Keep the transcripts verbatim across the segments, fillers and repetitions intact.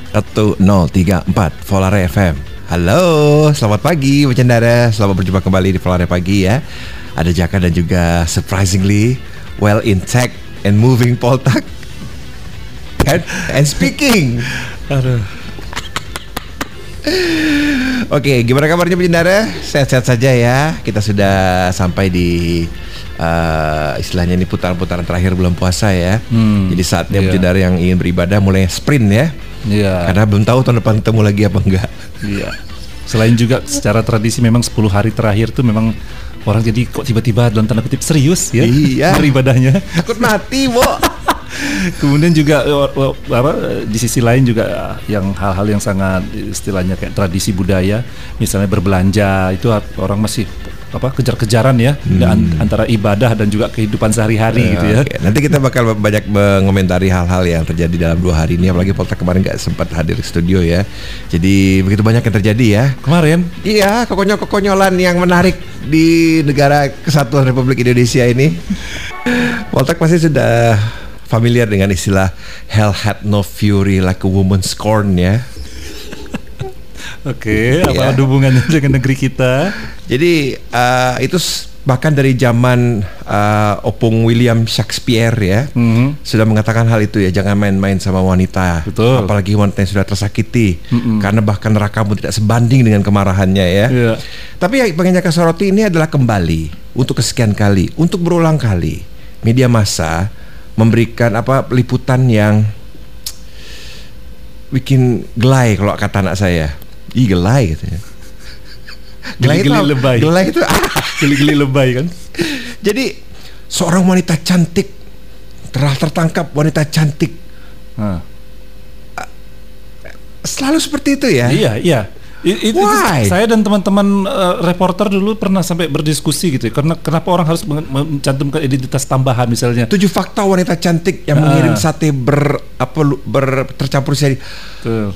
satu nol tiga empat Volare F M. Halo, selamat pagi Bacandara. Selamat berjumpa kembali di Volare Pagi ya. Ada Jaka dan juga surprisingly well intact and moving Poltak and, and speaking. Aduh. Oke, gimana kabarnya Bacandara? Sehat-sehat saja ya. Kita sudah sampai di uh, istilahnya ini putaran-putaran terakhir bulan puasa ya. hmm, Jadi saatnya yeah. Bacandara yang ingin beribadah mulai sprint ya. Iya. Karena belum tahu tahun depan ketemu lagi apa enggak. Iya. Selain juga secara tradisi memang sepuluh hari terakhir tuh memang orang jadi kok tiba-tiba dalam tanda kutip serius ya. Iya. Beribadahnya. Takut mati, Bo. Kemudian juga apa di sisi lain juga yang hal-hal yang sangat istilahnya kayak tradisi budaya, misalnya berbelanja itu orang masih apa kejar-kejaran ya hmm. antara ibadah dan juga kehidupan sehari-hari uh, gitu ya. Okay. Nanti kita bakal banyak mengomentari hal-hal yang terjadi dalam dua hari ini, apalagi Poltak kemarin nggak sempat hadir di studio ya. Jadi begitu banyak yang terjadi ya. Kemarin? Iya, kekonyol-kekonyolan yang menarik di negara Kesatuan Republik Indonesia ini. Poltak pasti sudah familiar dengan istilah hell had no fury like a woman scorned ya. Oke, okay, apa yeah. hubungannya dengan negeri kita? Jadi uh, itu bahkan dari zaman uh, Opung William Shakespeare ya, mm-hmm. sudah mengatakan hal itu ya, jangan main-main sama wanita. Betul. Apalagi wanita yang sudah tersakiti, mm-hmm. karena bahkan nerakamu tidak sebanding dengan kemarahannya ya. Yeah. Tapi yang pengen Jaka soroti ini adalah kembali untuk kesekian kali, untuk berulang kali media massa memberikan apa liputan yang bikin gelai kalau kata anak saya. Ih gelai gitu ya. Gelai geli-geli itu lebay. Gelai itu ah. Geli-geli lebay kan. Jadi seorang wanita cantik telah tertangkap wanita cantik. Huh. Selalu seperti itu ya. Iya iya. It, it, Why? Itu, saya dan teman-teman uh, reporter dulu pernah sampai berdiskusi gitu ya, karena kenapa orang harus mencantumkan identitas tambahan misalnya tujuh fakta wanita cantik yang uh. mengirim sate ber apa ber tercampur seri. Tuh.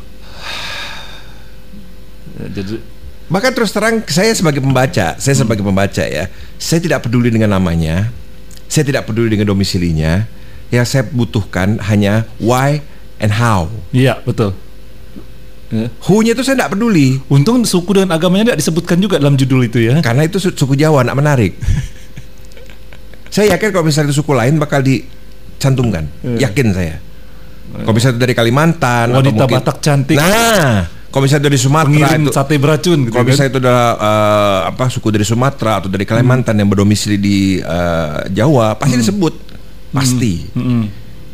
Jadi bahkan terus terang saya sebagai pembaca, saya hmm. sebagai pembaca ya, saya tidak peduli dengan namanya, saya tidak peduli dengan domisilinya. Yang saya butuhkan hanya why and how. Iya betul. Who-nya itu saya tidak peduli. Untung suku dan agamanya tidak disebutkan juga dalam judul itu ya. Karena itu suku Jawa, tidak menarik. Saya yakin kalau misalnya itu suku lain bakal dicantumkan. Yeah. Yakin saya. Kalau misalnya itu dari Kalimantan, wanita mungkin, Batak cantik. Nah, kalau misalnya dari Sumatera pengirim itu sate beracun. Gitu kalau kan? misalnya itu adalah uh, apa suku dari Sumatera atau dari Kalimantan hmm. yang berdomisili di uh, Jawa, pasti hmm. disebut. Pasti. Hmm. Hmm.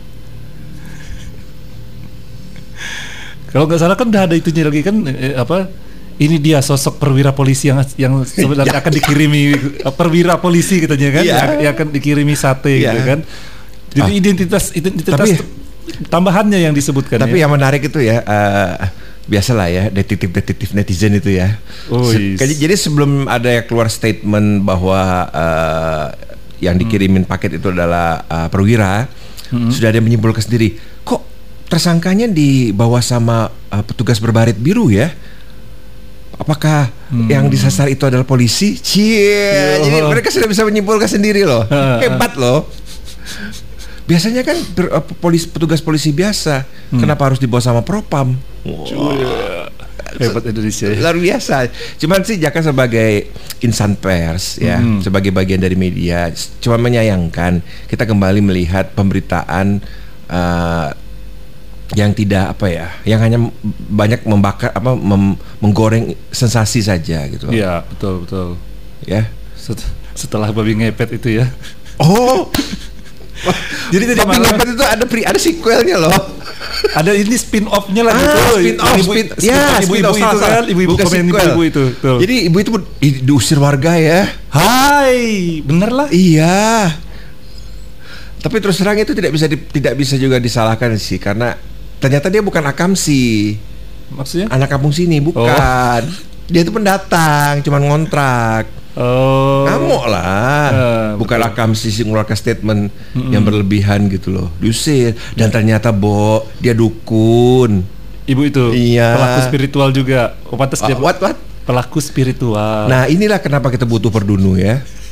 Kalau nggak salah kan udah ada itunya lagi kan eh, apa ini dia sosok perwira polisi yang yang sebenarnya akan dikirimi perwira polisi katanya kan yeah. yang, yang akan dikirimi sate yeah. gitu kan. Jadi ah. identitas identitas tapi, tambahannya yang disebutkan. Tapi ya. yang menarik itu ya uh, biasalah ya detektif-detektif netizen itu ya. Oh, Se- jadi sebelum ada yang keluar statement bahwa uh, yang dikirimin hmm. paket itu adalah uh, perwira, hmm. sudah ada yang menyimpulkan sendiri. Kok tersangkanya dibawa sama uh, petugas berbaret biru ya? Apakah hmm. yang disasar itu adalah polisi? Cie, oh. Jadi mereka sudah bisa menyimpulkan sendiri loh. Hebat loh. Biasanya kan per, uh, polis, petugas polisi biasa, hmm. kenapa harus dibawa sama propam? Wow. Hebat Indonesia. Ya. Luar biasa. Cuman sih Jaka sebagai insan pers ya, hmm. sebagai bagian dari media, cuma menyayangkan kita kembali melihat pemberitaan uh, yang tidak apa ya, yang hanya banyak membakar apa mem, menggoreng sensasi saja gitu. Iya betul betul. Ya. Set, setelah babi ngepet itu ya. Oh. Jadi tadi babi ngepet itu ada pri, ada sequelnya loh. Ada ini spin off-nya lagi ah, tuh. Spin off, ibu, spin, spin ya, ibu-ibu itu kan, ibu-ibu komen ibu-ibu itu. Tuh. Jadi ibu itu diusir warga ya. Hai, bener lah. Iya. Tapi terus terang itu tidak bisa di, tidak bisa juga disalahkan sih, karena ternyata dia bukan akamsi. Maksudnya? Anak kampung sini, bukan. Oh. Dia itu pendatang, cuman ngontrak. Oh. Ngamuk lah. Uh, bukan akamsi sih mengeluarkan statement mm-hmm. yang berlebihan gitu loh. Diusir. Dan ternyata Bo, dia dukun. Ibu itu? Iya. Pelaku spiritual juga. Oh, pantas dia. Uh, what, what? Pelaku spiritual. Nah inilah kenapa kita butuh perdunu ya.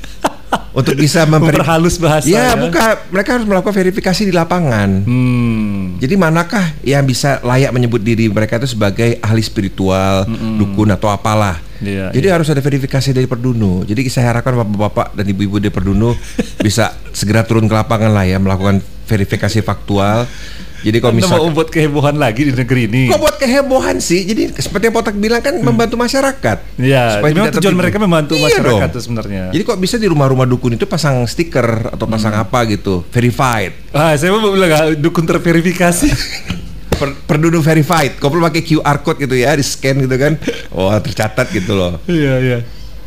untuk bisa memveri- memperhalus bahasa. Ya, ya, bukan. Mereka harus melakukan verifikasi di lapangan. Hmm. Jadi manakah yang bisa layak menyebut diri mereka itu sebagai ahli spiritual, mm-mm. dukun atau apalah. Ya, Jadi ya. harus ada verifikasi dari Perdunu. Jadi saya harapkan bapak-bapak dan ibu-ibu dari Perdunu bisa segera turun ke lapangan lah ya, melakukan verifikasi faktual. Jadi kalau misalnya mau buat kehebohan lagi di negeri ini. Kok buat kehebohan sih? Jadi seperti yang Potak bilang kan, hmm. membantu masyarakat. Ya, supaya memang tujuan mereka membantu iya masyarakat dong. Tuh sebenarnya. Jadi kok bisa di rumah-rumah dukun itu pasang stiker atau pasang hmm. apa gitu, verified. Ah, saya mau bilang ah, dukun terverifikasi. per, Perdunu verified. Kok perlu pakai Q R code gitu ya, di scan gitu kan. Oh, tercatat gitu loh. Iya, iya.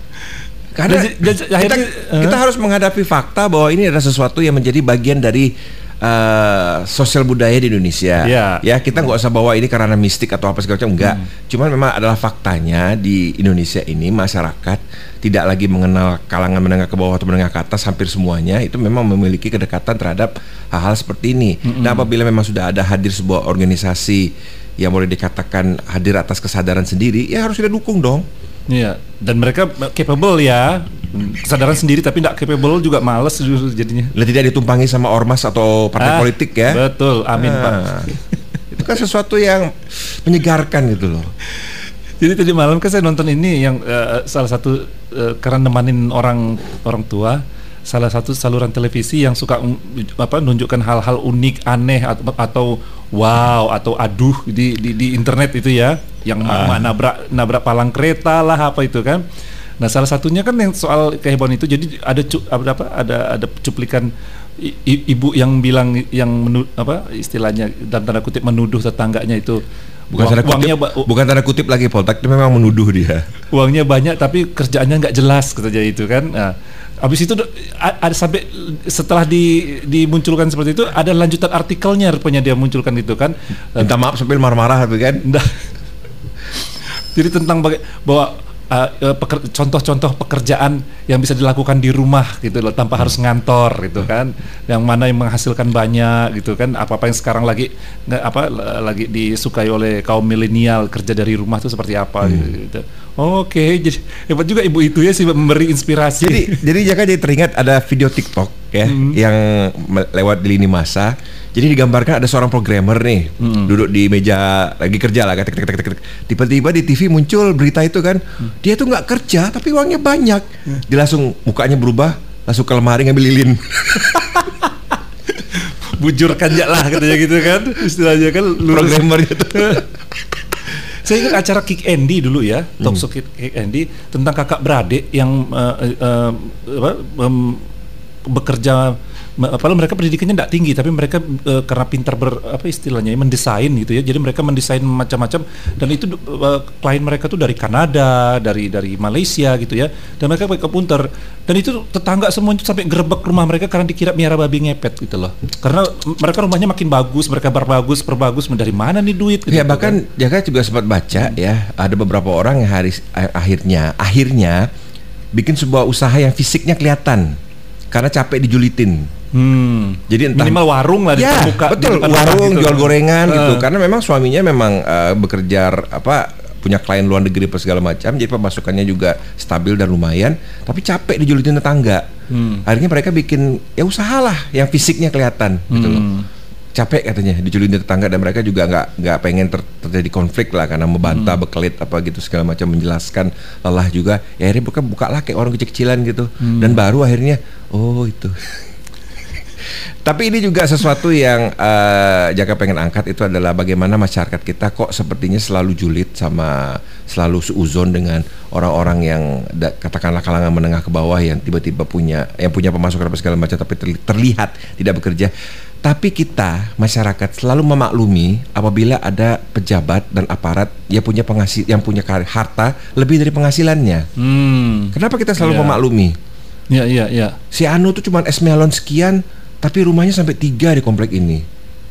Karena dan, dan, kita, akhirnya, kita uh, harus menghadapi fakta bahwa ini adalah sesuatu yang menjadi bagian dari Uh, sosial budaya di Indonesia. Yeah. Ya, kita nggak usah bawa ini karena mistik atau apa segala macam, enggak. Hmm. Cuman memang adalah faktanya di Indonesia ini masyarakat tidak lagi mengenal kalangan menengah ke bawah atau menengah ke atas, hampir semuanya itu memang memiliki kedekatan terhadap hal-hal seperti ini. Hmm. Dan apabila memang sudah ada hadir sebuah organisasi yang boleh dikatakan hadir atas kesadaran sendiri, ya harus kita dukung dong. Iya, dan mereka capable ya, kesadaran sendiri tapi tidak capable juga males jadinya. Lah, tidak ditumpangi sama ormas atau partai ah, politik ya. Betul, amin ah. Pak. Itu kan sesuatu yang menyegarkan gitu loh. Jadi tadi malam kan saya nonton ini yang uh, salah satu uh, karena nemanin orang orang tua, salah satu saluran televisi yang suka um, apa nunjukkan hal-hal unik, aneh atau, atau wow atau aduh di, di di internet itu ya, yang ah. nabrak nabrak palang kereta lah apa itu kan. Nah, salah satunya kan yang soal kehebohan itu, jadi ada cu, apa ada ada cuplikan i, ibu yang bilang yang menu, apa istilahnya dalam tanda kutip menuduh tetangganya itu bukan uang, tanda kutip, uangnya bukan tanda kutip lagi, Poltak, itu memang menuduh dia. Uangnya banyak tapi kerjaannya nggak jelas katanya itu kan. Nah, habis itu ada sampai setelah di, dimunculkan seperti itu ada lanjutan artikelnya rupanya dia munculkan itu kan. Minta maaf sambil marah-marah tapi kan. Jadi tentang baga- bahwa uh, peker, contoh-contoh pekerjaan yang bisa dilakukan di rumah gitu loh tanpa hmm. harus ngantor gitu kan. Yang mana yang menghasilkan banyak gitu kan. Apa-apa yang sekarang lagi apa lagi disukai oleh kaum milenial, kerja dari rumah itu seperti apa hmm. gitu. Oke, okay. Jadi hebat juga ibu itu ya sih memberi inspirasi. Jadi jadi jangan jadi teringat ada video TikTok ya hmm. yang lewat di lini masa. Jadi digambarkan ada seorang programmer nih hmm. duduk di meja lagi kerja lah, tek, tek, tek, tek, tek. Tiba-tiba di T V muncul berita itu kan, hmm. dia tuh nggak kerja tapi uangnya banyak. Hmm. Dia langsung mukanya berubah, langsung ke lemari ngambil lilin. Bujurkan ya lah katanya gitu kan, istilahnya kan programmernya tuh. Saya ingat acara Kick Andy dulu ya, hmm. talk show Kick Andy tentang kakak beradik yang uh, uh, uh, um, bekerja. Apalagi mereka pendidikannya tidak tinggi tapi mereka uh, karena pintar ber apa istilahnya mendesain gitu ya, jadi mereka mendesain macam-macam dan itu uh, klien mereka tuh dari Kanada, dari dari Malaysia gitu ya, dan mereka pakai komputer dan itu tetangga semua itu sampai gerebek rumah mereka karena dikira miara babi ngepet gitu loh, karena mereka rumahnya makin bagus, mereka berbagus perbagus, dari mana nih duit gitu, ya bahkan kan? Jaka juga sempat baca hmm. ya ada beberapa orang yang hari akhirnya akhirnya bikin sebuah usaha yang fisiknya kelihatan karena capek dijulitin. Hmm. Jadi entah minimal warung lah ya, dibuka, betul, warung gitu. Jual gorengan uh. gitu karena memang suaminya memang uh, bekerja apa punya klien luar negeri apa segala macam, jadi pemasukannya juga stabil dan lumayan tapi capek dijulitin tetangga. Hmm. Akhirnya mereka bikin ya usahalah yang fisiknya kelihatan gitu hmm. loh. Capek katanya dijulitin tetangga dan mereka juga nggak nggak pengen ter, terjadi konflik lah karena membantah hmm. bekelit apa gitu segala macam, menjelaskan lelah juga ya, akhirnya buka buka lah kayak orang kecil-kecilan gitu hmm. dan baru akhirnya oh itu. Tapi ini juga sesuatu yang uh, Jaka pengen angkat, itu adalah bagaimana masyarakat kita kok sepertinya selalu julid sama selalu seuzon dengan orang-orang yang da, katakanlah kalangan menengah ke bawah yang tiba-tiba punya yang punya pemasukan apa segala macam tapi terlihat tidak bekerja. Tapi kita masyarakat selalu memaklumi apabila ada pejabat dan aparat yang punya penghasil yang punya harta lebih dari penghasilannya. Hmm. Kenapa kita selalu yeah. memaklumi? Iya yeah, iya yeah, iya. Yeah. Si Anu tuh cuma es melon sekian tapi rumahnya sampai tiga di komplek ini.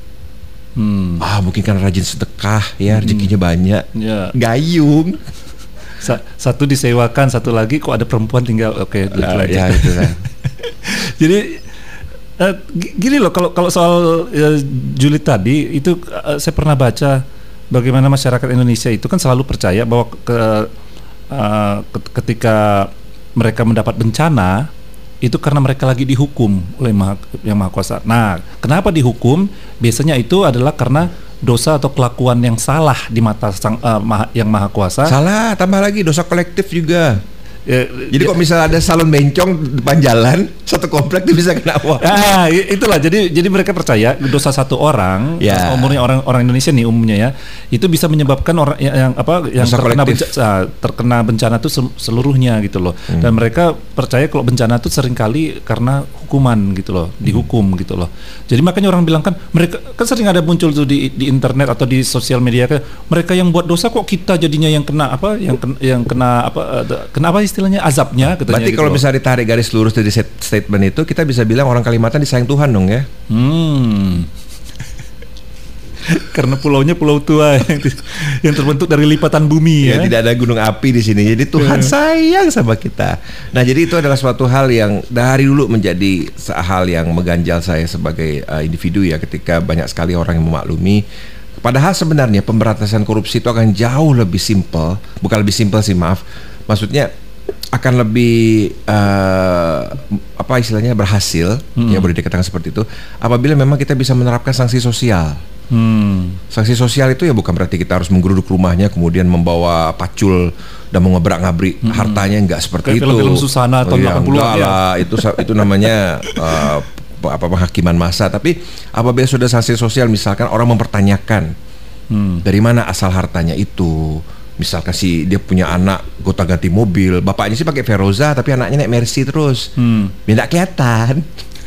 Hmm. Ah mungkin karena rajin sedekah ya, hmm. rezekinya banyak. Yeah. Gayung. Sa- satu disewakan, satu lagi kok ada perempuan tinggal. Oke, okay, uh, ya itu kan. Jadi uh, gini loh, kalau kalau soal uh, julid tadi itu uh, saya pernah baca bagaimana masyarakat Indonesia itu kan selalu percaya bahwa ke, uh, ketika mereka mendapat bencana itu karena mereka lagi dihukum oleh maha, yang maha kuasa. Nah, kenapa dihukum? Biasanya itu adalah karena dosa atau kelakuan yang salah di mata sang, uh, maha, yang maha kuasa. Salah, tambah lagi dosa kolektif juga. Ya, jadi ya, kok misalnya ada salon bencong depan jalan, satu komplek itu bisa kena wah. Ah, itulah. Jadi jadi mereka percaya dosa satu orang, ya. umurnya orang orang Indonesia nih umumnya ya, itu bisa menyebabkan orang yang, yang apa yang dosa terkena kolektif. bencana, terkena bencana itu seluruhnya gitu loh. Hmm. Dan mereka percaya kalau bencana itu seringkali karena hukuman gitu loh, dihukum hmm. gitu loh. Jadi makanya orang bilang kan mereka kan sering ada muncul tuh di di internet atau di sosial media kan, mereka yang buat dosa kok kita jadinya yang kena apa yang kena, yang kena apa kena apa istilahnya azabnya katanya. Berarti gitu kalau loh. bisa ditarik garis lurus dari statement itu, kita bisa bilang orang Kalimantan disayang Tuhan dong ya. Hmm. Karena pulaunya pulau tua yang, yang terbentuk dari lipatan bumi ya. Ya, tidak ada gunung api di sini. Jadi Tuhan sayang sama kita. Nah, jadi itu adalah suatu hal yang dari dulu menjadi hal yang mengganjal saya sebagai uh, individu ya, ketika banyak sekali orang yang memaklumi. Padahal sebenarnya pemberantasan korupsi itu akan jauh lebih simpel, bukan lebih simpel sih, maaf. Maksudnya akan lebih uh, apa istilahnya berhasil, hmm. ya boleh dikatakan seperti itu, apabila memang kita bisa menerapkan sanksi sosial. Hmm. Sanksi sosial itu ya bukan berarti kita harus menggeruduk rumahnya kemudian membawa pacul dan mengobrak-ngabrik hmm. hartanya, enggak seperti kayak itu. Film-film Susana tahun oh, ya, delapan puluh enggak lah, itu itu namanya uh, apa penghakiman massa. Tapi apabila sudah sanksi sosial, misalkan orang mempertanyakan hmm. dari mana asal hartanya itu. Misalkan si dia punya anak gonta-ganti mobil, bapaknya sih pakai Veroza tapi anaknya naik Mercy terus, hmm. ya nggak kelihatan.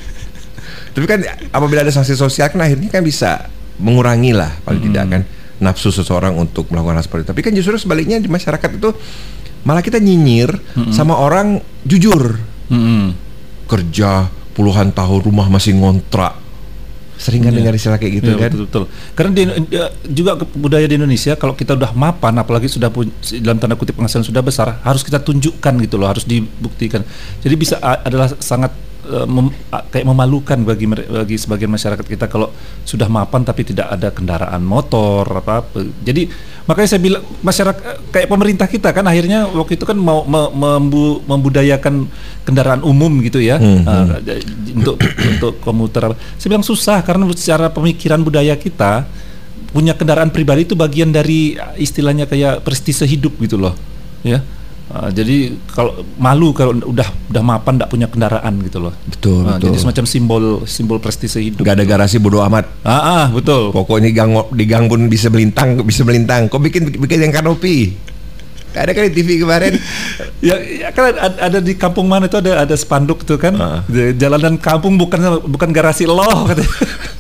Tapi kan apabila ada sanksi sosial kan akhirnya kan bisa mengurangi lah paling hmm. tidak kan nafsu seseorang untuk melakukan hal seperti itu. Tapi kan justru sebaliknya di masyarakat itu malah kita nyinyir hmm. sama orang jujur, hmm. kerja puluhan tahun rumah masih ngontrak. Sering kan ya. Dengar istilah kayak gitu ya, kan? Betul, betul. Karena di, juga budaya di Indonesia kalau kita udah mapan, apalagi sudah punya, dalam tanda kutip penghasilan sudah besar, harus kita tunjukkan gitu loh, harus dibuktikan. Jadi bisa adalah sangat uh, mem, kayak memalukan bagi bagi sebagian masyarakat kita kalau sudah mapan tapi tidak ada kendaraan motor apa. apa. Jadi makanya saya bilang masyarakat kayak pemerintah kita kan akhirnya waktu itu kan mau membu, membudayakan kendaraan umum gitu ya, hmm, uh, hmm. untuk untuk komuter. Saya bilang susah karena secara pemikiran budaya kita punya kendaraan pribadi itu bagian dari istilahnya kayak prestise hidup gitu loh, ya. Uh, jadi kalau malu kalau udah udah mapan tidak punya kendaraan gitu loh. Betul, uh, betul. Jadi semacam simbol simbol prestise hidup. Gak ada garasi bodo amat. Ah, ah betul. Pokoknya di gang di gang pun bisa melintang, bisa melintang. Kok bikin bikin yang kanopi? Ada kan di T V kemarin. ya, ya kan ada, ada di kampung mana itu ada ada spanduk tuh kan. Uh. Jalanan kampung bukan bukan garasi loh katanya.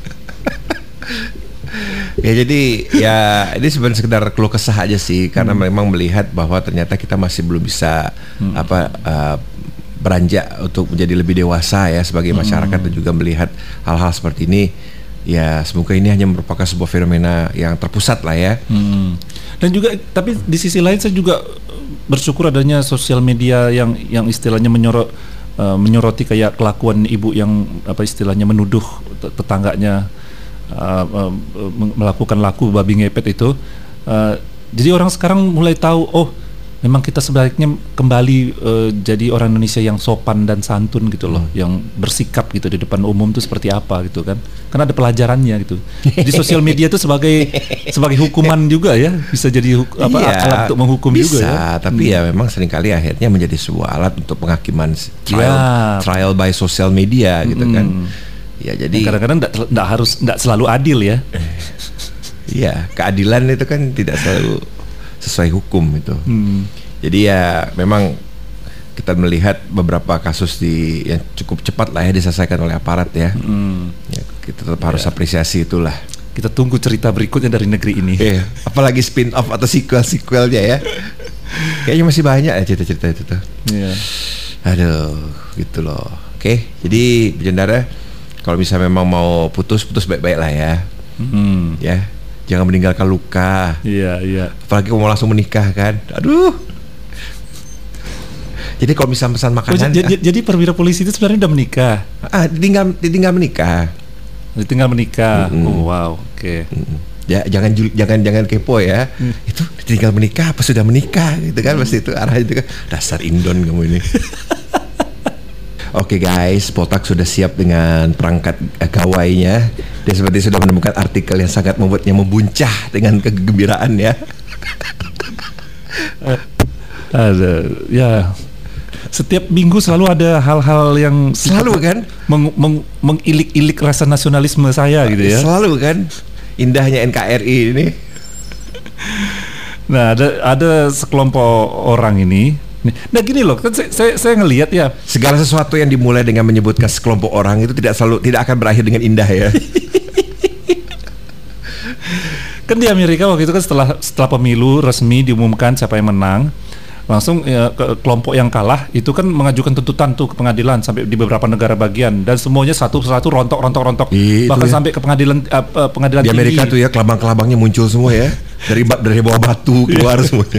Ya jadi ya ini sebenarnya sekedar keluh kesah aja sih, karena hmm. memang melihat bahwa ternyata kita masih belum bisa hmm. apa uh, beranjak untuk menjadi lebih dewasa ya sebagai masyarakat hmm. dan juga melihat hal-hal seperti ini. Ya semoga ini hanya merupakan sebuah fenomena yang terpusat lah ya. Hmm. Dan juga tapi di sisi lain saya juga bersyukur adanya sosial media yang yang istilahnya menyorot uh, menyoroti kayak kelakuan ibu yang apa istilahnya menuduh tetangganya uh, uh, melakukan laku babi ngepet itu. Uh, jadi orang sekarang mulai tahu, oh memang kita sebaiknya kembali uh, jadi orang Indonesia yang sopan dan santun gitu loh, hmm. yang bersikap gitu di depan umum itu seperti apa gitu kan, karena ada pelajarannya gitu. Di sosial media itu sebagai sebagai hukuman juga ya, bisa jadi huk, apa iya, alat untuk menghukum bisa, juga ya. Tapi hmm. ya memang seringkali akhirnya menjadi sebuah alat untuk penghakiman trial ya. trial by social media gitu hmm. kan. Ya jadi nah, kadang-kadang tidak harus tidak selalu adil ya. Iya, keadilan itu kan tidak selalu sesuai hukum itu. Hmm. Jadi ya memang kita melihat beberapa kasus di yang cukup cepat lah ya diselesaikan oleh aparat ya. Hmm. Ya kita tetap harus ya. apresiasi itulah. Kita tunggu cerita berikutnya dari negeri ini. Iya. Apalagi spin off atau sequel sequelnya ya. Kayaknya masih banyak ya cerita-cerita itu tuh. Iya. Aduh, gitu loh. Oke, jadi Bejendara kalau bisa memang mau putus putus baik-baik lah ya. Hmm. Ya. Jangan meninggalkan luka. Iya, iya. Apalagi kalau mau langsung menikah kan. Aduh. Jadi kalau misalnya pesan makanan. Oh, jadi, ah, jadi perwira polisi itu sebenarnya udah menikah. Ah, ditinggal ditinggal menikah. Ditinggal menikah. Mm-hmm. Oh, wow, oke. Okay. Mm-hmm. Ya, jangan jangan jangan kepo ya. Mm. Itu ditinggal menikah apa sudah menikah gitu kan, pasti itu arah itu kan. Dasar Indon kamu ini. Oke guys, Potak sudah siap dengan perangkat eh, gawainya. Dia seperti sudah menemukan artikel yang sangat membuatnya membuncah dengan kegembiraan ya. Ada, ya. Setiap minggu selalu ada hal-hal yang Selalu kan? meng, meng, mengilik-ilik rasa nasionalisme saya gitu ya. Selalu kan? Indahnya N K R I ini. Nah, ada ada sekelompok orang ini. Nah gini loh, kan saya, saya, saya ngelihat ya, segala sesuatu yang dimulai dengan menyebutkan sekelompok orang itu tidak selalu tidak akan berakhir dengan indah ya. Kan di Amerika waktu itu kan setelah setelah pemilu resmi diumumkan siapa yang menang, langsung ya, ke, kelompok yang kalah itu kan mengajukan tuntutan tuh ke pengadilan sampai di beberapa negara bagian, dan semuanya satu-satu rontok-rontok-rontok, bahkan ya. Sampai ke pengadilan uh, pengadilan di Amerika tinggi. Tuh ya kelabang-kelabangnya muncul semua ya dari dari bawah batu keluar semuanya.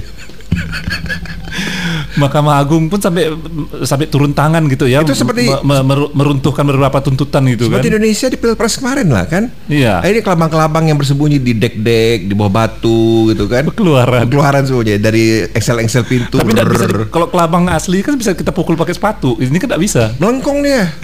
Mahkamah Agung pun sampai sampai turun tangan gitu ya. Itu seperti me, me, meruntuhkan beberapa tuntutan gitu seperti kan. Seperti Indonesia di Pilpres kemarin lah kan. Iya. Ini kelabang-kelabang yang bersembunyi di dek-dek, di bawah batu gitu kan. Keluaran. Keluaran semuanya dari Excel-Excel pintu. Tapi tidak bisa, kalau kelabang asli kan bisa kita pukul pakai sepatu. Ini kan tidak bisa. Melengkung dia.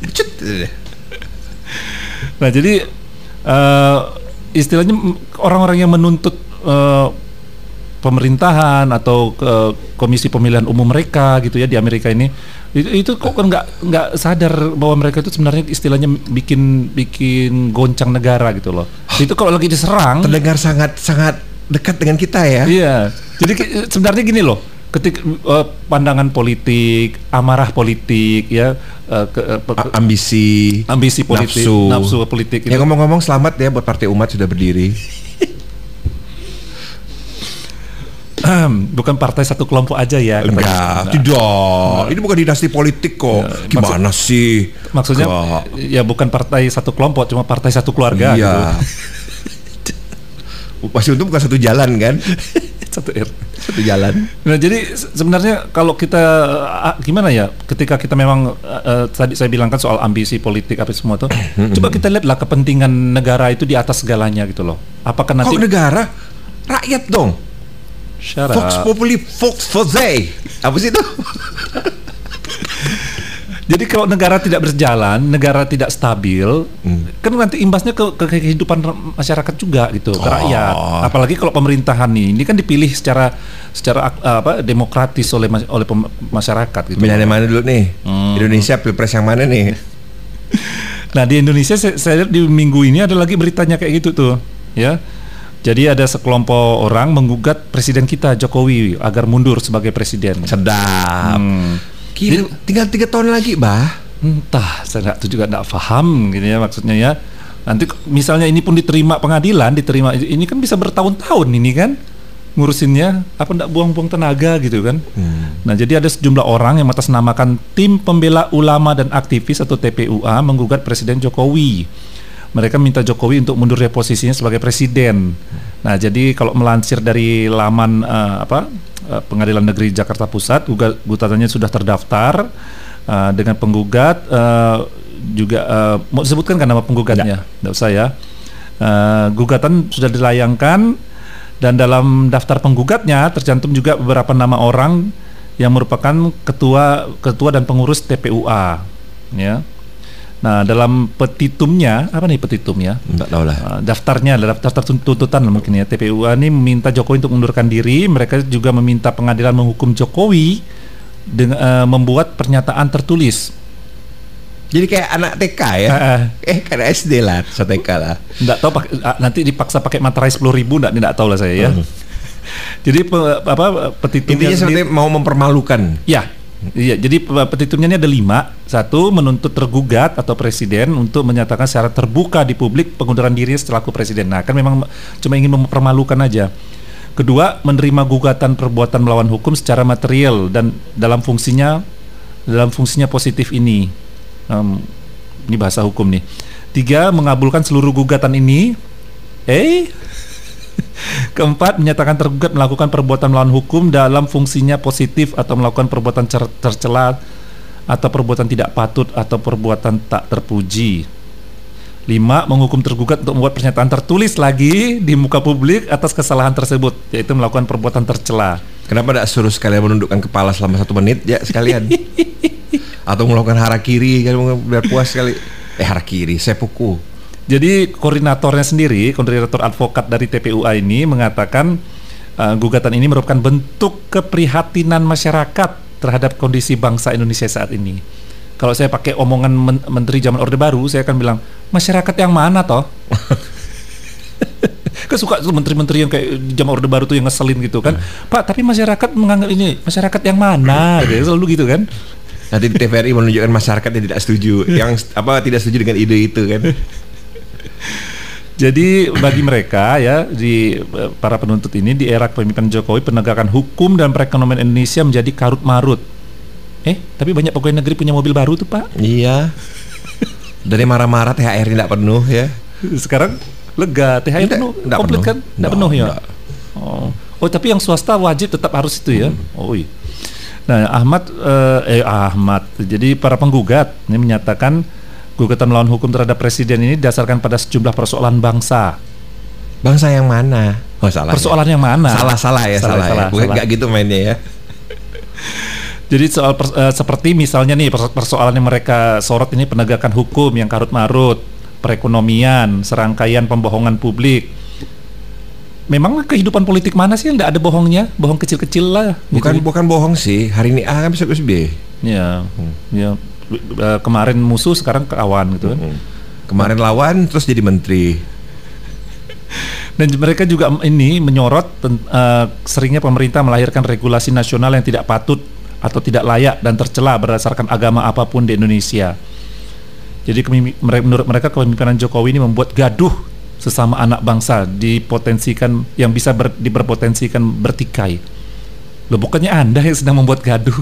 Nah jadi uh, istilahnya orang-orang yang menuntut uh, pemerintahan atau ke komisi pemilihan umum mereka gitu ya di Amerika ini, itu, itu kok kan nggak nggak sadar bahwa mereka itu sebenarnya istilahnya bikin bikin goncang negara gitu loh. Itu kalau lagi diserang terdengar sangat sangat dekat dengan kita ya. Iya. Jadi sebenarnya gini loh, ketika uh, pandangan politik, amarah politik ya, uh, ke, uh, ke, ambisi, ambisi politik, nafsu, nafsu politik. Ya ngomong-ngomong selamat ya buat Partai Umat sudah berdiri. Bukan partai satu kelompok aja ya. Enggak, nah, tidak. Nah. Ini bukan dinasti politik kok. Ya, gimana maksud, sih? Maksudnya Kok. ya bukan partai satu kelompok, cuma partai satu keluarga. Iya. Gitu. Pasti itu bukan satu jalan kan? satu R. Satu jalan. Nah jadi sebenarnya kalau kita gimana ya? Ketika kita memang uh, tadi saya bilangkan soal ambisi politik apa semua tuh, coba kita lihatlah kepentingan negara itu di atas segalanya gitu loh. Apakah nanti? Kok negara? Rakyat dong. Syarap. Vox Populi, Vox Voce. Apa sih itu? Jadi kalau negara tidak berjalan, negara tidak stabil, hmm. kan nanti imbasnya ke, ke kehidupan masyarakat juga gitu, ke oh. rakyat. Apalagi kalau pemerintahan nih, ini kan dipilih secara secara apa demokratis oleh oleh pem, masyarakat. Gitu. Pemilihan mana dulu nih? Hmm. Indonesia pilpres yang mana nih? Nah di Indonesia saya, saya lihat di minggu ini ada lagi beritanya kayak gitu tuh, ya. Jadi ada sekelompok orang menggugat presiden kita Jokowi agar mundur sebagai presiden. Sedap. Hmm. Kira, tinggal tiga tahun lagi, bah. Entah, saya nggak juga nggak paham, gini ya maksudnya ya. Nanti misalnya ini pun diterima pengadilan, diterima ini kan bisa bertahun-tahun ini kan ngurusinnya. Apa nggak buang-buang tenaga gitu kan? Hmm. Nah jadi ada sejumlah orang yang mengatasnamakan Tim Pembela Ulama dan Aktivis atau T P U A menggugat Presiden Jokowi. Mereka minta Jokowi untuk mundur dari posisinya sebagai presiden. Nah, jadi kalau melansir dari laman uh, apa uh, Pengadilan Negeri Jakarta Pusat, gugatannya sudah terdaftar uh, dengan penggugat uh, juga uh, mau disebutkan kan nama penggugatnya? Tidak usah ya. Uh, gugatan sudah dilayangkan dan dalam daftar penggugatnya tercantum juga beberapa nama orang yang merupakan ketua ketua dan pengurus T P U A, ya. Nah, dalam petitumnya, apa nih petitumnya? Enggak tahu lah. Uh, daftarnya adalah daftar tuntutan lah mungkin ya. T P U A ini meminta Jokowi untuk mengundurkan diri. Mereka juga meminta pengadilan menghukum Jokowi dengan uh, membuat pernyataan tertulis. Jadi kayak anak T K ya? Uh, eh, kayak S D lah, so T K lah. Enggak tahu, pak, uh, nanti dipaksa pakai materai sepuluh ribu, enggak, enggak tahu lah saya ya. Uh. Jadi pe, apa petitumnya? Intinya seperti mau mempermalukan. Ya. Iya, jadi petitumnya ini ada lima. Satu, menuntut tergugat atau presiden untuk menyatakan secara terbuka di publik pengunduran diri selaku presiden. Nah, kan memang cuma ingin mempermalukan aja. Kedua, menerima gugatan perbuatan melawan hukum secara material dan dalam fungsinya dalam fungsinya positif ini. Um, ini bahasa hukum nih. Tiga, mengabulkan seluruh gugatan ini. Eh Keempat, menyatakan tergugat melakukan perbuatan melawan hukum dalam fungsinya positif atau melakukan perbuatan tercela atau perbuatan tidak patut atau perbuatan tak terpuji. Lima, menghukum tergugat untuk membuat pernyataan tertulis lagi di muka publik atas kesalahan tersebut, yaitu melakukan perbuatan tercela. Kenapa tidak suruh sekalian menundukkan kepala selama satu menit ya sekalian? atau melakukan harakiri kan biar puas kali. Eh harakiri, seppuku. Jadi koordinatornya sendiri, koordinator advokat dari T P U A ini mengatakan uh, gugatan ini merupakan bentuk keprihatinan masyarakat terhadap kondisi bangsa Indonesia saat ini. Kalau saya pakai omongan men- Menteri zaman Orde Baru, saya akan bilang masyarakat yang mana toh? Kan suka tuh menteri-menteri yang kayak zaman Orde Baru tuh yang ngeselin gitu kan. Hmm. Pak, tapi masyarakat menganggap ini masyarakat yang mana? Gitu, selalu gitu kan. Nanti di T V R I menunjukkan masyarakat yang tidak setuju, yang apa tidak setuju dengan ide itu kan. Jadi bagi mereka ya di para penuntut ini di era kepemimpinan Jokowi penegakan hukum dan perekonomian Indonesia menjadi karut marut. Eh, tapi banyak pegawai negeri punya mobil baru tuh Pak. Iya. Dari marah-marah T H R tidak penuh ya. Sekarang lega, T H R penuh, komplit kan? Tidak penuh ya. Oh. oh, tapi yang swasta wajib tetap harus itu ya. Hmm. Oh iya. Nah, Ahmad, eh, eh Ahmad. Jadi para penggugat ini menyatakan gugatan melawan hukum terhadap presiden ini didasarkan pada sejumlah persoalan bangsa. Bangsa yang mana? Oh salah. Persoalan ya. yang mana? Salah salah ya salah. salah, salah ya. Bukan nggak gitu mainnya ya. Jadi soal pers- uh, seperti misalnya nih perso- persoalan yang mereka sorot ini penegakan hukum yang karut marut, perekonomian, serangkaian pembohongan publik. Memang kehidupan politik mana sih yang tidak ada bohongnya? Bohong kecil-kecil lah. Bukan gitu. bukan bohong sih. Hari ini A kan bisa bisa B. Ya, hmm. ya. Uh, kemarin musuh sekarang kawan gitu kan. Hmm. Kemarin lawan terus jadi menteri. Dan mereka juga ini menyorot uh, seringnya pemerintah melahirkan regulasi nasional yang tidak patut atau tidak layak dan tercela berdasarkan agama apapun di Indonesia. Jadi menurut mereka kepemimpinan Jokowi ini membuat gaduh sesama anak bangsa, dipotensikan yang bisa ber, diberpotensikan bertikai. Loh, bukannya Anda yang sedang membuat gaduh?